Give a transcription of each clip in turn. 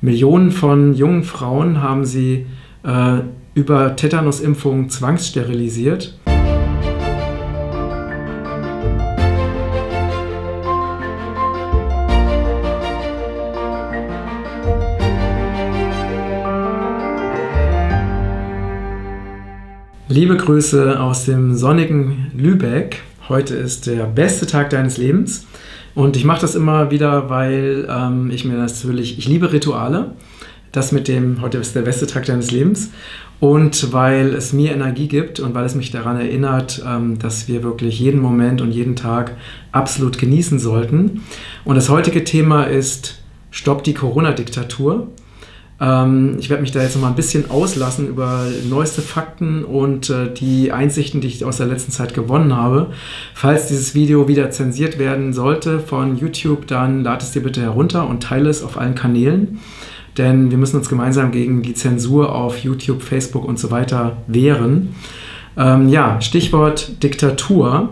Millionen von jungen Frauen haben sie über Tetanusimpfungen zwangssterilisiert. Liebe Grüße aus dem sonnigen Lübeck. Heute ist der beste Tag deines Lebens und ich mache das immer wieder, weil ich liebe Rituale. Heute ist der beste Tag deines Lebens und weil es mir Energie gibt und weil es mich daran erinnert, dass wir wirklich jeden Moment und jeden Tag absolut genießen sollten. Und das heutige Thema ist Stopp die Corona-Diktatur. Ich werde mich da jetzt noch mal ein bisschen auslassen über neueste Fakten und die Einsichten, die ich aus der letzten Zeit gewonnen habe. Falls dieses Video wieder zensiert werden sollte von YouTube, dann lad es dir bitte herunter und teile es auf allen Kanälen. Denn wir müssen uns gemeinsam gegen die Zensur auf YouTube, Facebook und so weiter wehren. Stichwort Diktatur.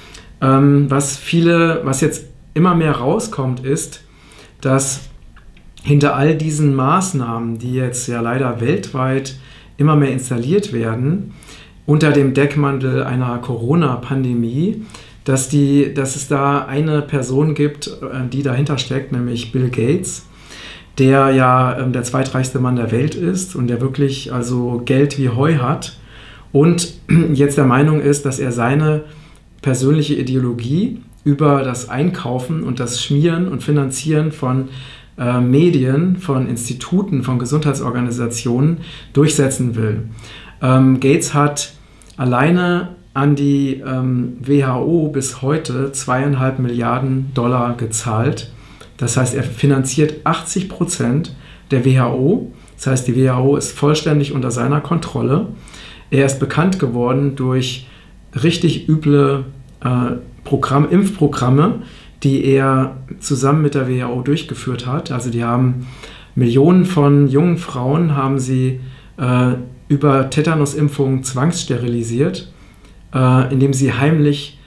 Was jetzt immer mehr rauskommt, ist, dass hinter all diesen Maßnahmen, die jetzt ja leider weltweit immer mehr installiert werden, unter dem Deckmantel einer Corona-Pandemie, dass es da eine Person gibt, die dahinter steckt, nämlich Bill Gates, der ja der zweitreichste Mann der Welt ist und der wirklich also Geld wie Heu hat und jetzt der Meinung ist, dass er seine persönliche Ideologie über das Einkaufen und das Schmieren und Finanzieren von Medien, von Instituten, von Gesundheitsorganisationen durchsetzen will. Gates hat alleine an die WHO bis heute 2,5 Milliarden $ gezahlt. Das heißt, er finanziert 80% der WHO. Das heißt, die WHO ist vollständig unter seiner Kontrolle. Er ist bekannt geworden durch richtig üble Impfprogramme, die er zusammen mit der WHO durchgeführt hat. Also die haben Millionen von jungen Frauen haben sie über Tetanusimpfungen zwangssterilisiert, indem sie heimlich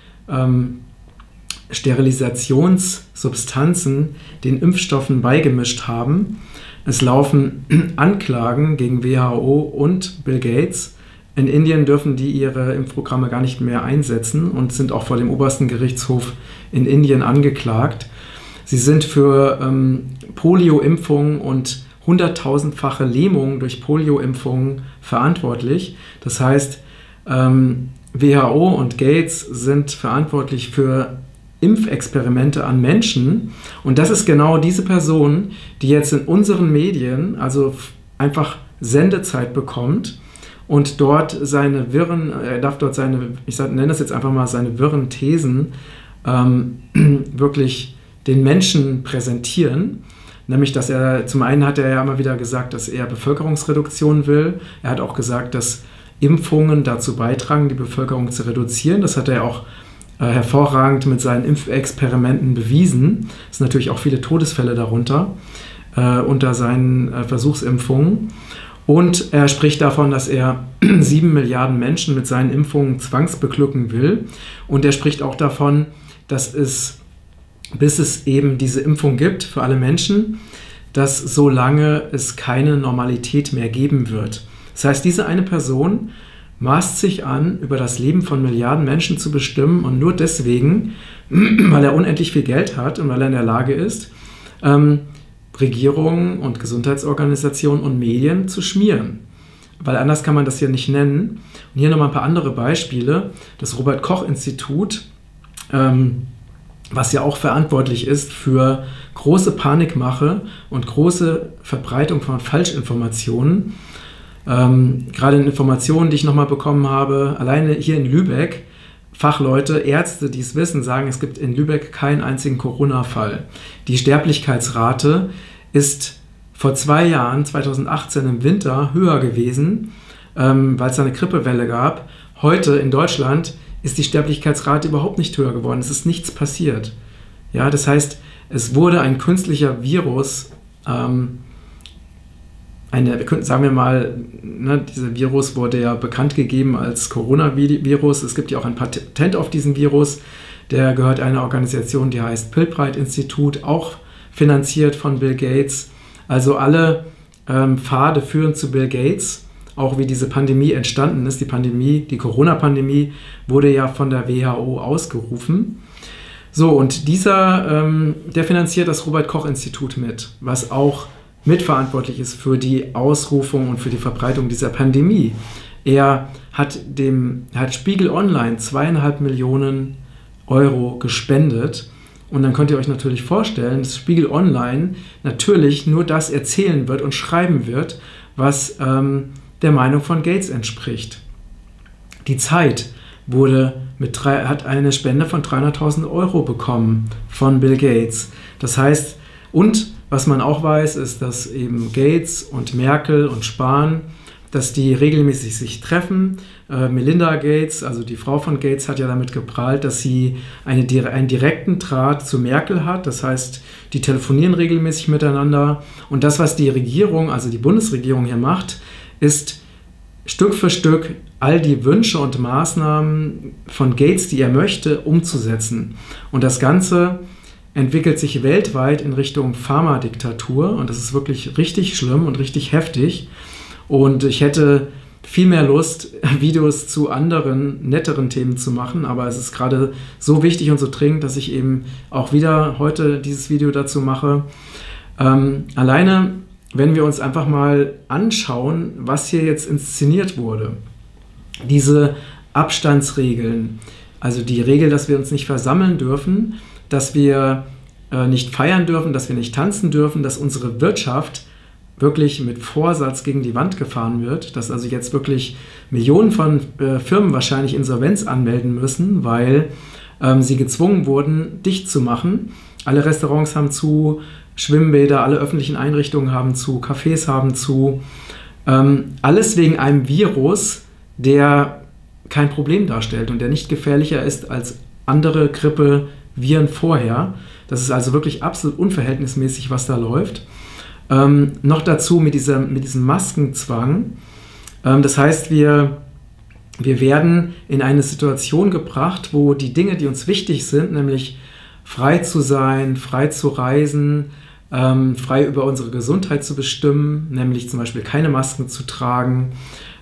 Sterilisationssubstanzen den Impfstoffen beigemischt haben. Es laufen Anklagen gegen WHO und Bill Gates. In Indien dürfen die ihre Impfprogramme gar nicht mehr einsetzen und sind auch vor dem obersten Gerichtshof in Indien angeklagt. Sie sind für Polio-Impfungen und 100.000-fache Lähmung durch Polio-Impfungen verantwortlich. Das heißt, WHO und Gates sind verantwortlich für Impfexperimente an Menschen. Und das ist genau diese Person, die jetzt in unseren Medien also einfach Sendezeit bekommt und dort seine wirren Thesen wirklich den Menschen präsentieren. Nämlich, dass zum einen hat er ja immer wieder gesagt, dass er Bevölkerungsreduktion will. Er hat auch gesagt, dass Impfungen dazu beitragen, die Bevölkerung zu reduzieren. Das hat er auch hervorragend mit seinen Impfexperimenten bewiesen. Es sind natürlich auch viele Todesfälle darunter unter seinen Versuchsimpfungen. Und er spricht davon, dass er 7 Milliarden Menschen mit seinen Impfungen zwangsbeglücken will. Und er spricht auch davon, dass bis es eben diese Impfung gibt für alle Menschen, dass solange es keine Normalität mehr geben wird. Das heißt, diese eine Person maßt sich an, über das Leben von Milliarden Menschen zu bestimmen und nur deswegen, weil er unendlich viel Geld hat und weil er in der Lage ist, Regierungen und Gesundheitsorganisationen und Medien zu schmieren. Weil anders kann man das hier nicht nennen. Und hier nochmal ein paar andere Beispiele. Das Robert-Koch-Institut, was ja auch verantwortlich ist für große Panikmache und große Verbreitung von Falschinformationen. Gerade in Informationen, die ich nochmal bekommen habe, alleine hier in Lübeck, Fachleute, Ärzte, die es wissen, sagen, es gibt in Lübeck keinen einzigen Corona-Fall. Die Sterblichkeitsrate ist vor 2 Jahren, 2018 im Winter, höher gewesen, weil es da eine Grippewelle gab. Heute in Deutschland ist die Sterblichkeitsrate überhaupt nicht höher geworden. Es ist nichts passiert. Ja, das heißt, es wurde ein künstlicher Virus, sagen wir mal, dieser Virus wurde ja bekannt gegeben als Coronavirus. Es gibt ja auch ein Patent auf diesen Virus. Der gehört einer Organisation, die heißt Pilbright Institut, auch finanziert von Bill Gates. Also alle Pfade führen zu Bill Gates, auch wie diese Pandemie entstanden ist. Die Corona-Pandemie, wurde ja von der WHO ausgerufen. So, und der finanziert das Robert-Koch-Institut mit, was auch mitverantwortlich ist für die Ausrufung und für die Verbreitung dieser Pandemie. Er hat Spiegel Online 2,5 Millionen Euro gespendet. Und dann könnt ihr euch natürlich vorstellen, dass Spiegel Online natürlich nur das erzählen wird und schreiben wird, was der Meinung von Gates entspricht. Die Zeit hat eine Spende von 300.000 Euro bekommen von Bill Gates. Das heißt, und was man auch weiß, ist, dass eben Gates und Merkel und Spahn, dass die regelmäßig sich treffen. Melinda Gates, also die Frau von Gates, hat ja damit geprahlt, dass sie einen direkten Draht zu Merkel hat. Das heißt, die telefonieren regelmäßig miteinander. Und das, was die Regierung, also die Bundesregierung hier macht, ist Stück für Stück all die Wünsche und Maßnahmen von Gates, die er möchte, umzusetzen. Und das Ganze entwickelt sich weltweit in Richtung Pharmadiktatur. Und das ist wirklich richtig schlimm und richtig heftig. Und ich hätte viel mehr Lust, Videos zu anderen, netteren Themen zu machen, aber es ist gerade so wichtig und so dringend, dass ich eben auch wieder heute dieses Video dazu mache. Alleine, wenn wir uns einfach mal anschauen, was hier jetzt inszeniert wurde. Diese Abstandsregeln, also die Regel, dass wir uns nicht versammeln dürfen, dass wir nicht feiern dürfen, dass wir nicht tanzen dürfen, dass unsere Wirtschaft wirklich mit Vorsatz gegen die Wand gefahren wird, dass also jetzt wirklich Millionen von Firmen wahrscheinlich Insolvenz anmelden müssen, weil sie gezwungen wurden, dicht zu machen. Alle Restaurants haben zu, Schwimmbäder, alle öffentlichen Einrichtungen haben zu, Cafés haben zu. Alles wegen einem Virus, der kein Problem darstellt und der nicht gefährlicher ist als andere Grippeviren vorher. Das ist also wirklich absolut unverhältnismäßig, was da läuft. Noch dazu mit diesem Maskenzwang. Das heißt, wir werden in eine Situation gebracht, wo die Dinge, die uns wichtig sind, nämlich frei zu sein, frei zu reisen, frei über unsere Gesundheit zu bestimmen, nämlich zum Beispiel keine Masken zu tragen,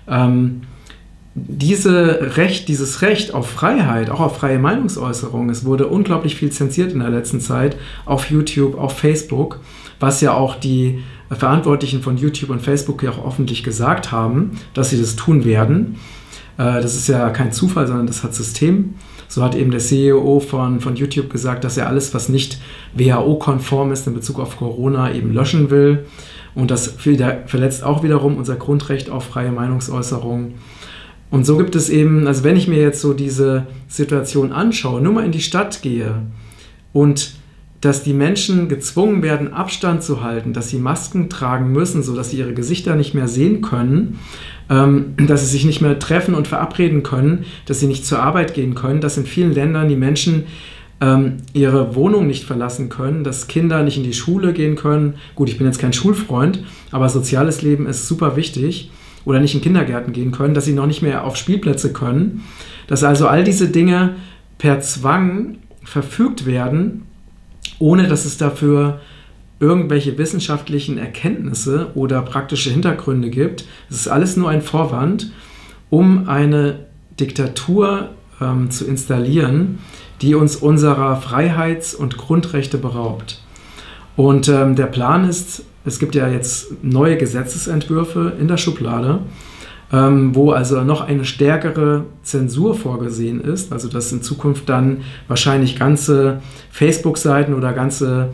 dieses Recht auf Freiheit, auch auf freie Meinungsäußerung, es wurde unglaublich viel zensiert in der letzten Zeit, auf YouTube, auf Facebook, was ja auch die Verantwortlichen von YouTube und Facebook ja auch öffentlich gesagt haben, dass sie das tun werden. Das ist ja kein Zufall, sondern das hat System. So hat eben der CEO von YouTube gesagt, dass er alles, was nicht WHO-konform ist in Bezug auf Corona, eben löschen will. Und das verletzt auch wiederum unser Grundrecht auf freie Meinungsäußerung. Und so gibt es eben, also wenn ich mir jetzt so diese Situation anschaue, nur mal in die Stadt gehe und dass die Menschen gezwungen werden, Abstand zu halten, dass sie Masken tragen müssen, sodass sie ihre Gesichter nicht mehr sehen können, dass sie sich nicht mehr treffen und verabreden können, dass sie nicht zur Arbeit gehen können, dass in vielen Ländern die Menschen ihre Wohnung nicht verlassen können, dass Kinder nicht in die Schule gehen können. Gut, ich bin jetzt kein Schulfreund, aber soziales Leben ist super wichtig. Oder nicht in Kindergärten gehen können, dass sie noch nicht mehr auf Spielplätze können. Dass also all diese Dinge per Zwang verfügt werden, ohne dass es dafür irgendwelche wissenschaftlichen Erkenntnisse oder praktische Hintergründe gibt. Es ist alles nur ein Vorwand, um eine Diktatur zu installieren, die uns unserer Freiheits- und Grundrechte beraubt. Und der Plan ist, es gibt ja jetzt neue Gesetzesentwürfe in der Schublade, wo also noch eine stärkere Zensur vorgesehen ist, also dass in Zukunft dann wahrscheinlich ganze Facebook-Seiten oder ganze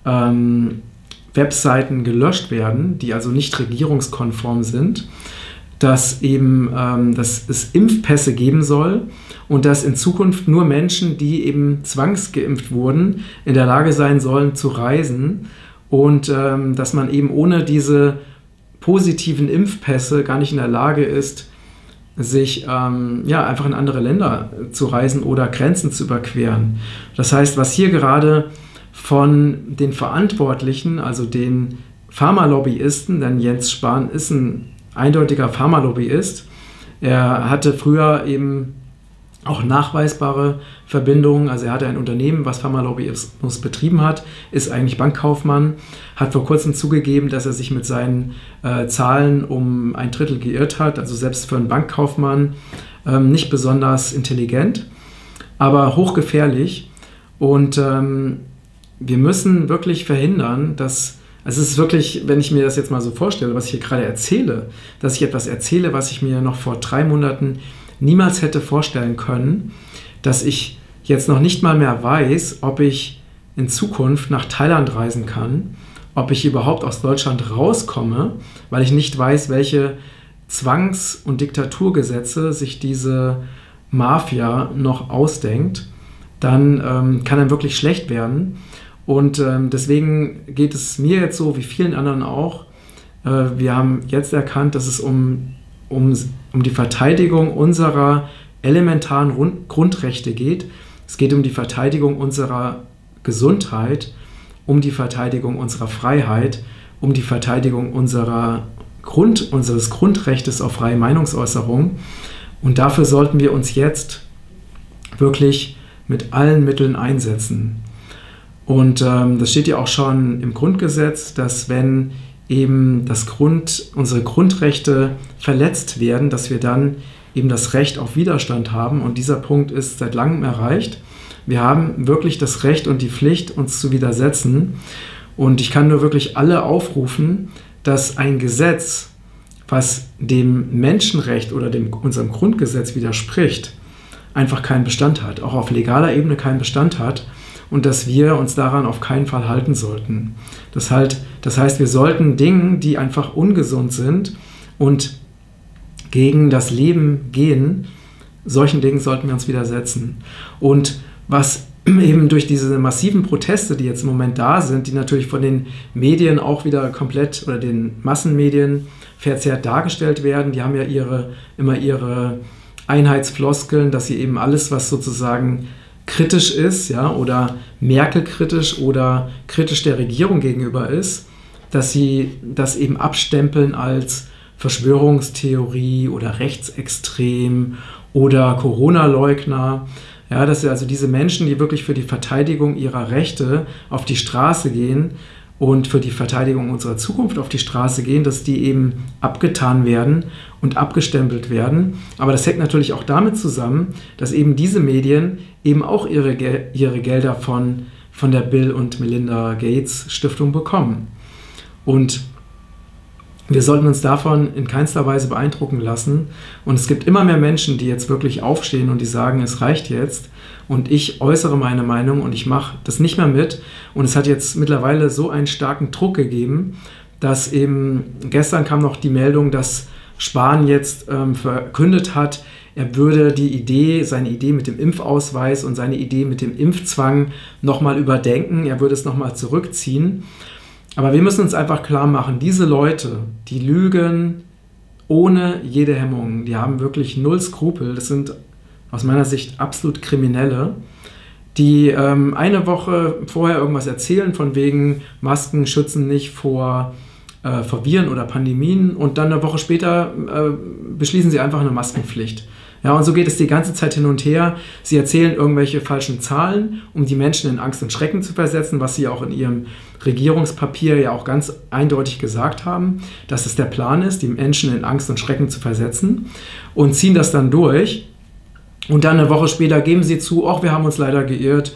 Webseiten gelöscht werden, die also nicht regierungskonform sind, dass es Impfpässe geben soll und dass in Zukunft nur Menschen, die eben zwangsgeimpft wurden, in der Lage sein sollen zu reisen und dass man eben ohne diese positiven Impfpässe gar nicht in der Lage ist, sich einfach in andere Länder zu reisen oder Grenzen zu überqueren. Das heißt, was hier gerade von den Verantwortlichen, also den Pharmalobbyisten, denn Jens Spahn ist ein eindeutiger Pharmalobbyist, er hatte früher eben auch nachweisbare Verbindungen. Also er hatte ein Unternehmen, was Pharmalobbyismus betrieben hat, ist eigentlich Bankkaufmann, hat vor kurzem zugegeben, dass er sich mit seinen Zahlen um 1/3 geirrt hat. Also selbst für einen Bankkaufmann nicht besonders intelligent, aber hochgefährlich. Und wir müssen wirklich verhindern, dass, also es ist wirklich, wenn ich mir das jetzt mal so vorstelle, was ich hier gerade erzähle, dass ich etwas erzähle, was ich mir noch vor 3 Monaten niemals hätte vorstellen können, dass ich jetzt noch nicht mal mehr weiß, ob ich in Zukunft nach Thailand reisen kann, ob ich überhaupt aus Deutschland rauskomme, weil ich nicht weiß, welche Zwangs- und Diktaturgesetze sich diese Mafia noch ausdenkt, dann kann einem wirklich schlecht werden. Und deswegen geht es mir jetzt so, wie vielen anderen auch. Wir haben jetzt erkannt, dass es um die Verteidigung unserer elementaren Grundrechte geht. Es geht um die Verteidigung unserer Gesundheit, um die Verteidigung unserer Freiheit, um die Verteidigung unseres Grundrechtes auf freie Meinungsäußerung. Und dafür sollten wir uns jetzt wirklich mit allen Mitteln einsetzen. Und das steht ja auch schon im Grundgesetz, dass wenn eben unsere Grundrechte verletzt werden, dass wir dann eben das Recht auf Widerstand haben. Und dieser Punkt ist seit langem erreicht. Wir haben wirklich das Recht und die Pflicht, uns zu widersetzen. Und ich kann nur wirklich alle aufrufen, dass ein Gesetz, was dem Menschenrecht oder unserem Grundgesetz widerspricht, einfach keinen Bestand hat, auch auf legaler Ebene keinen Bestand hat. Und dass wir uns daran auf keinen Fall halten sollten. Das heißt, wir sollten Dingen, die einfach ungesund sind und gegen das Leben gehen, solchen Dingen sollten wir uns widersetzen. Und was eben durch diese massiven Proteste, die jetzt im Moment da sind, die natürlich von den Medien auch wieder komplett oder den Massenmedien verzerrt dargestellt werden, die haben ja immer ihre Einheitsfloskeln, dass sie eben alles, was sozusagen kritisch ist, ja, oder Merkel-kritisch oder kritisch der Regierung gegenüber ist, dass sie das eben abstempeln als Verschwörungstheorie oder rechtsextrem oder Corona-Leugner. Ja, dass also diese Menschen, die wirklich für die Verteidigung ihrer Rechte auf die Straße gehen und für die Verteidigung unserer Zukunft auf die Straße gehen, dass die eben abgetan werden und abgestempelt werden. Aber das hängt natürlich auch damit zusammen, dass eben diese Medien eben auch ihre Gelder von der Bill und Melinda Gates Stiftung bekommen. Und wir sollten uns davon in keinster Weise beeindrucken lassen. Und es gibt immer mehr Menschen, die jetzt wirklich aufstehen und die sagen, es reicht jetzt. Und ich äußere meine Meinung und ich mache das nicht mehr mit. Und es hat jetzt mittlerweile so einen starken Druck gegeben, dass eben gestern kam noch die Meldung, dass Spahn jetzt verkündet hat, er würde seine Idee mit dem Impfausweis und seine Idee mit dem Impfzwang nochmal überdenken. Er würde es nochmal zurückziehen. Aber wir müssen uns einfach klar machen, diese Leute, die lügen ohne jede Hemmung, die haben wirklich null Skrupel, das sind aus meiner Sicht absolut Kriminelle, die eine Woche vorher irgendwas erzählen, von wegen Masken schützen nicht vor Viren oder Pandemien und dann eine Woche später beschließen sie einfach eine Maskenpflicht. Ja, und so geht es die ganze Zeit hin und her. Sie erzählen irgendwelche falschen Zahlen, um die Menschen in Angst und Schrecken zu versetzen, was sie auch in ihrem Regierungspapier ja auch ganz eindeutig gesagt haben, dass es der Plan ist, die Menschen in Angst und Schrecken zu versetzen und ziehen das dann durch. Und dann eine Woche später geben sie zu, ach, wir haben uns leider geirrt,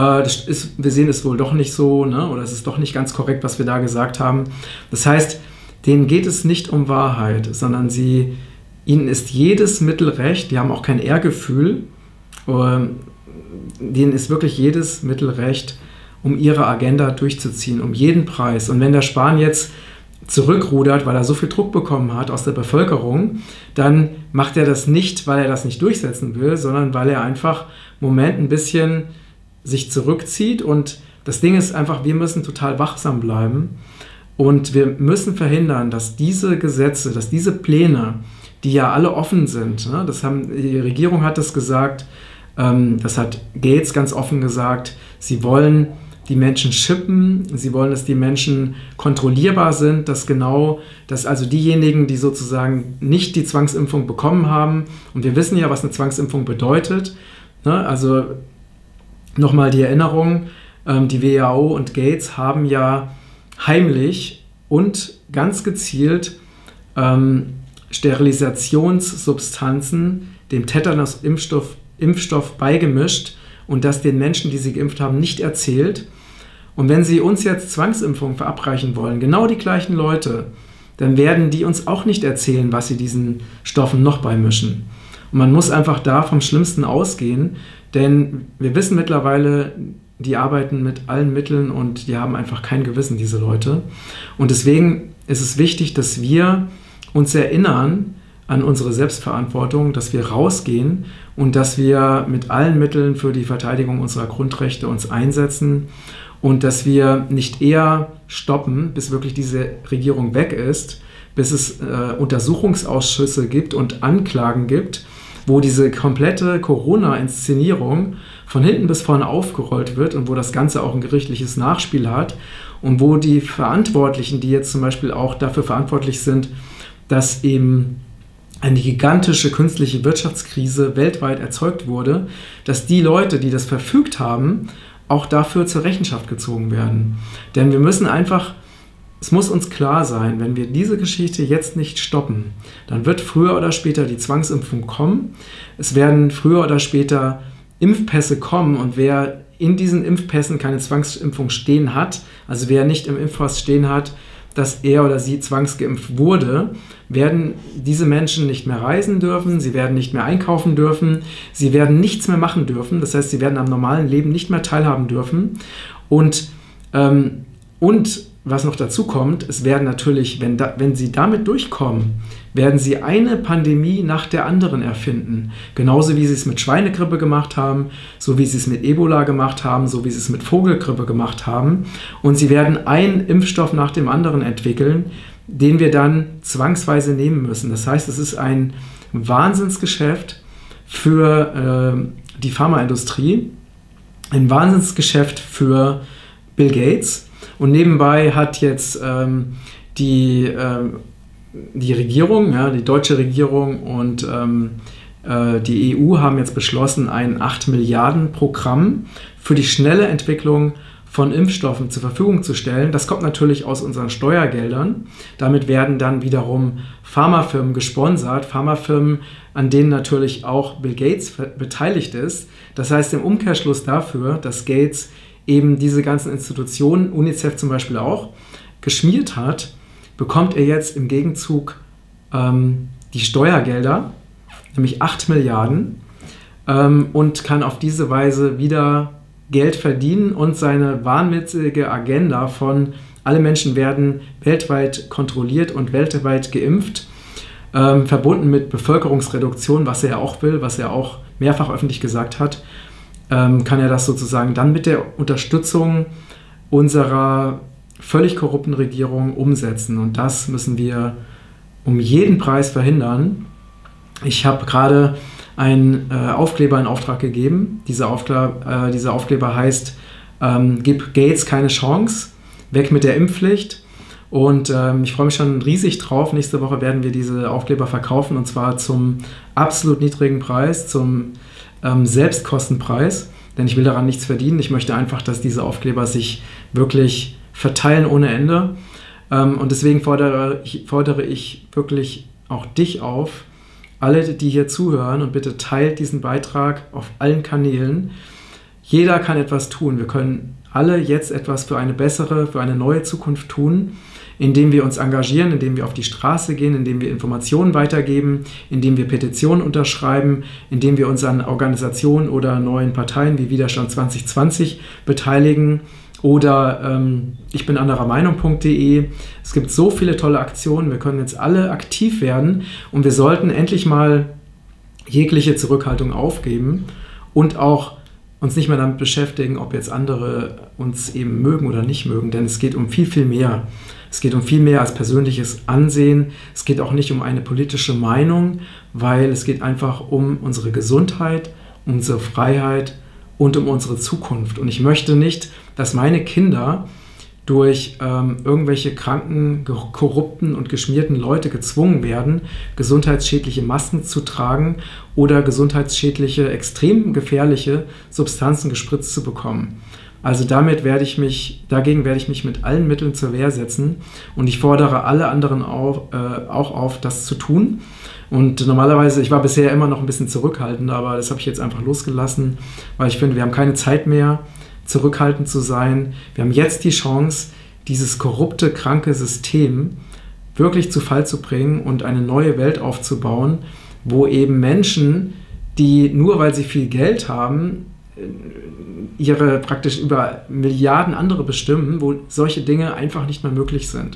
wir sehen es wohl doch nicht so, ne? Oder es ist doch nicht ganz korrekt, was wir da gesagt haben. Das heißt, denen geht es nicht um Wahrheit, sondern ihnen ist jedes Mittel recht, die haben auch kein Ehrgefühl, denen ist wirklich jedes Mittel recht, um ihre Agenda durchzuziehen, um jeden Preis. Und wenn der Spahn jetzt zurückrudert, weil er so viel Druck bekommen hat aus der Bevölkerung, dann macht er das nicht, weil er das nicht durchsetzen will, sondern weil er einfach im Moment ein bisschen sich zurückzieht. Und das Ding ist einfach, wir müssen total wachsam bleiben und wir müssen verhindern, dass diese Gesetze, dass diese Pläne, die ja alle offen sind, ne, die Regierung hat das gesagt, das hat Gates ganz offen gesagt, sie wollen die Menschen chippen, sie wollen, dass die Menschen kontrollierbar sind, dass also diejenigen, die sozusagen nicht die Zwangsimpfung bekommen haben, und wir wissen ja, was eine Zwangsimpfung bedeutet, ne? Also nochmal die Erinnerung, die WHO und Gates haben ja heimlich und ganz gezielt Sterilisationssubstanzen dem Tetanus-Impfstoff beigemischt und das den Menschen, die sie geimpft haben, nicht erzählt. Und wenn sie uns jetzt Zwangsimpfungen verabreichen wollen, genau die gleichen Leute, dann werden die uns auch nicht erzählen, was sie diesen Stoffen noch beimischen. Und man muss einfach da vom Schlimmsten ausgehen, denn wir wissen mittlerweile, die arbeiten mit allen Mitteln und die haben einfach kein Gewissen, diese Leute. Und deswegen ist es wichtig, dass wir uns erinnern an unsere Selbstverantwortung, dass wir rausgehen und dass wir mit allen Mitteln für die Verteidigung unserer Grundrechte uns einsetzen und dass wir nicht eher stoppen, bis wirklich diese Regierung weg ist, bis es Untersuchungsausschüsse gibt und Anklagen gibt, wo diese komplette Corona-Inszenierung von hinten bis vorne aufgerollt wird und wo das Ganze auch ein gerichtliches Nachspiel hat und wo die Verantwortlichen, die jetzt zum Beispiel auch dafür verantwortlich sind, dass eben eine gigantische künstliche Wirtschaftskrise weltweit erzeugt wurde, dass die Leute, die das verfügt haben, auch dafür zur Rechenschaft gezogen werden. Denn wir müssen einfach, es muss uns klar sein, wenn wir diese Geschichte jetzt nicht stoppen, dann wird früher oder später die Zwangsimpfung kommen. Es werden früher oder später Impfpässe kommen und wer in diesen Impfpässen keine Zwangsimpfung stehen hat, also wer nicht im Impfpass stehen hat, dass er oder sie zwangsgeimpft wurde, werden diese Menschen nicht mehr reisen dürfen, sie werden nicht mehr einkaufen dürfen, sie werden nichts mehr machen dürfen, das heißt, sie werden am normalen Leben nicht mehr teilhaben dürfen und was noch dazu kommt, es werden natürlich, wenn sie damit durchkommen, werden sie eine Pandemie nach der anderen erfinden. Genauso wie sie es mit Schweinegrippe gemacht haben, so wie sie es mit Ebola gemacht haben, so wie sie es mit Vogelgrippe gemacht haben. Und sie werden einen Impfstoff nach dem anderen entwickeln, den wir dann zwangsweise nehmen müssen. Das heißt, es ist ein Wahnsinnsgeschäft für die Pharmaindustrie, ein Wahnsinnsgeschäft für Bill Gates. Und nebenbei hat jetzt die Regierung, ja, die deutsche Regierung und die EU haben jetzt beschlossen, ein 8-Milliarden-Programm für die schnelle Entwicklung von Impfstoffen zur Verfügung zu stellen. Das kommt natürlich aus unseren Steuergeldern. Damit werden dann wiederum Pharmafirmen gesponsert, Pharmafirmen, an denen natürlich auch Bill Gates beteiligt ist. Das heißt im Umkehrschluss dafür, dass Gates eben diese ganzen Institutionen, UNICEF zum Beispiel auch, geschmiert hat, bekommt er jetzt im Gegenzug die Steuergelder, nämlich 8 Milliarden, und kann auf diese Weise wieder Geld verdienen und seine wahnwitzige Agenda von alle Menschen werden weltweit kontrolliert und weltweit geimpft, verbunden mit Bevölkerungsreduktion, was er ja auch will, was er auch mehrfach öffentlich gesagt hat, kann er das sozusagen dann mit der Unterstützung unserer völlig korrupten Regierung umsetzen. Und das müssen wir um jeden Preis verhindern. Ich habe gerade einen Aufkleber in Auftrag gegeben. Dieser Aufkleber heißt, gib Gates keine Chance, weg mit der Impfpflicht. Und ich freue mich schon riesig drauf. Nächste Woche werden wir diese Aufkleber verkaufen und zwar zum absolut niedrigen Preis, zum Selbstkostenpreis, denn ich will daran nichts verdienen. Ich möchte einfach, dass diese Aufkleber sich wirklich verteilen ohne Ende. Und deswegen fordere ich wirklich auch dich auf, alle, die hier zuhören, und bitte teilt diesen Beitrag auf allen Kanälen. Jeder kann etwas tun. Wir können alle jetzt etwas für eine bessere, für eine neue Zukunft tun, indem wir uns engagieren, indem wir auf die Straße gehen, indem wir Informationen weitergeben, indem wir Petitionen unterschreiben, indem wir uns an Organisationen oder neuen Parteien wie Widerstand 2020 beteiligen oder ich bin anderer Meinung.de. Es gibt so viele tolle Aktionen, wir können jetzt alle aktiv werden und wir sollten endlich mal jegliche Zurückhaltung aufgeben und auch uns nicht mehr damit beschäftigen, ob jetzt andere uns eben mögen oder nicht mögen, denn es geht um viel, viel mehr. Es geht um viel mehr als persönliches Ansehen. Es geht auch nicht um eine politische Meinung, weil es geht einfach um unsere Gesundheit, unsere Freiheit und um unsere Zukunft. Und ich möchte nicht, dass meine Kinder durch irgendwelche kranken, korrupten und geschmierten Leute gezwungen werden, gesundheitsschädliche Masken zu tragen oder gesundheitsschädliche, extrem gefährliche Substanzen gespritzt zu bekommen. Also dagegen werde ich mich mit allen Mitteln zur Wehr setzen und ich fordere alle anderen auch auf, das zu tun. Und normalerweise, ich war bisher immer noch ein bisschen zurückhaltend, aber das habe ich jetzt einfach losgelassen, weil ich finde, wir haben keine Zeit mehr, zurückhaltend zu sein. Wir haben jetzt die Chance, dieses korrupte, kranke System wirklich zu Fall zu bringen und eine neue Welt aufzubauen, wo eben Menschen, die nur weil sie viel Geld haben, ihre praktisch über Milliarden andere bestimmen, wo solche Dinge einfach nicht mehr möglich sind.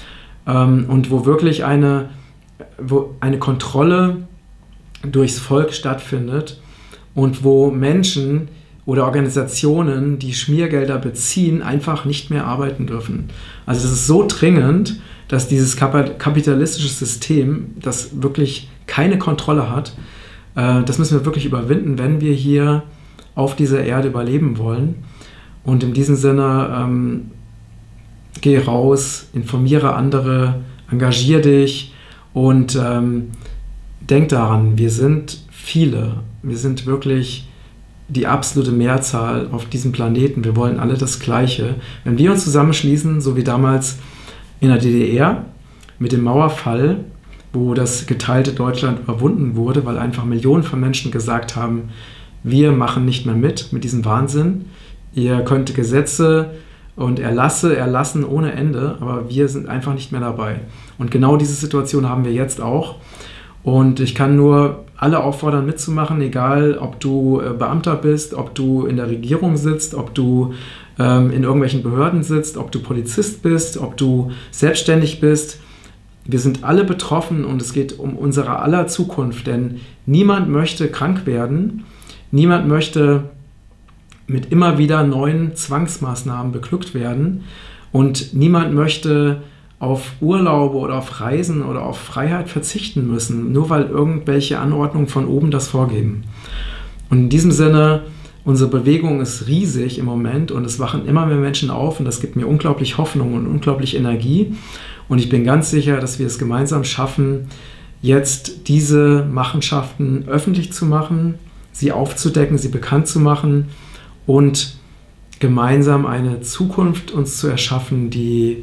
Und wo wirklich eine Kontrolle durchs Volk stattfindet und wo Menschen oder Organisationen, die Schmiergelder beziehen, einfach nicht mehr arbeiten dürfen. Also das ist so dringend, dass dieses kapitalistische System, das wirklich keine Kontrolle hat, das müssen wir wirklich überwinden, wenn wir hier auf dieser Erde überleben wollen. Und in diesem Sinne, geh raus, informiere andere, engagier dich und denk daran, wir sind viele, wir sind wirklich die absolute Mehrzahl auf diesem Planeten. Wir wollen alle das Gleiche. Wenn wir uns zusammenschließen, so wie damals in der DDR mit dem Mauerfall, wo das geteilte Deutschland überwunden wurde, weil einfach Millionen von Menschen gesagt haben, wir machen nicht mehr mit diesem Wahnsinn. Ihr könnt Gesetze und Erlasse erlassen ohne Ende, aber wir sind einfach nicht mehr dabei. Und genau diese Situation haben wir jetzt auch. Und ich kann nur alle auffordern, mitzumachen, egal ob du Beamter bist, ob du in der Regierung sitzt, ob du in irgendwelchen Behörden sitzt, ob du Polizist bist, ob du selbstständig bist. Wir sind alle betroffen und es geht um unsere aller Zukunft, denn niemand möchte krank werden, niemand möchte mit immer wieder neuen Zwangsmaßnahmen beglückt werden und niemand möchte auf Urlaube oder auf Reisen oder auf Freiheit verzichten müssen, nur weil irgendwelche Anordnungen von oben das vorgeben. Und in diesem Sinne, unsere Bewegung ist riesig im Moment und es wachen immer mehr Menschen auf und das gibt mir unglaublich Hoffnung und unglaublich Energie. Und ich bin ganz sicher, dass wir es gemeinsam schaffen, jetzt diese Machenschaften öffentlich zu machen, sie aufzudecken, sie bekannt zu machen und gemeinsam eine Zukunft uns zu erschaffen, die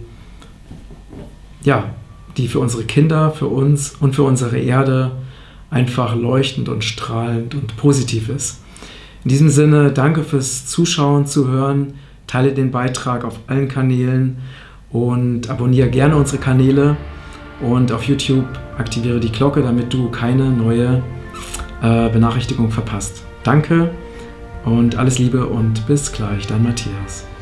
für unsere Kinder, für uns und für unsere Erde einfach leuchtend und strahlend und positiv ist. In diesem Sinne, danke fürs Zuschauen, Zuhören, teile den Beitrag auf allen Kanälen und abonniere gerne unsere Kanäle und auf YouTube aktiviere die Glocke, damit du keine neue Benachrichtigung verpasst. Danke und alles Liebe und bis gleich, dein Matthias.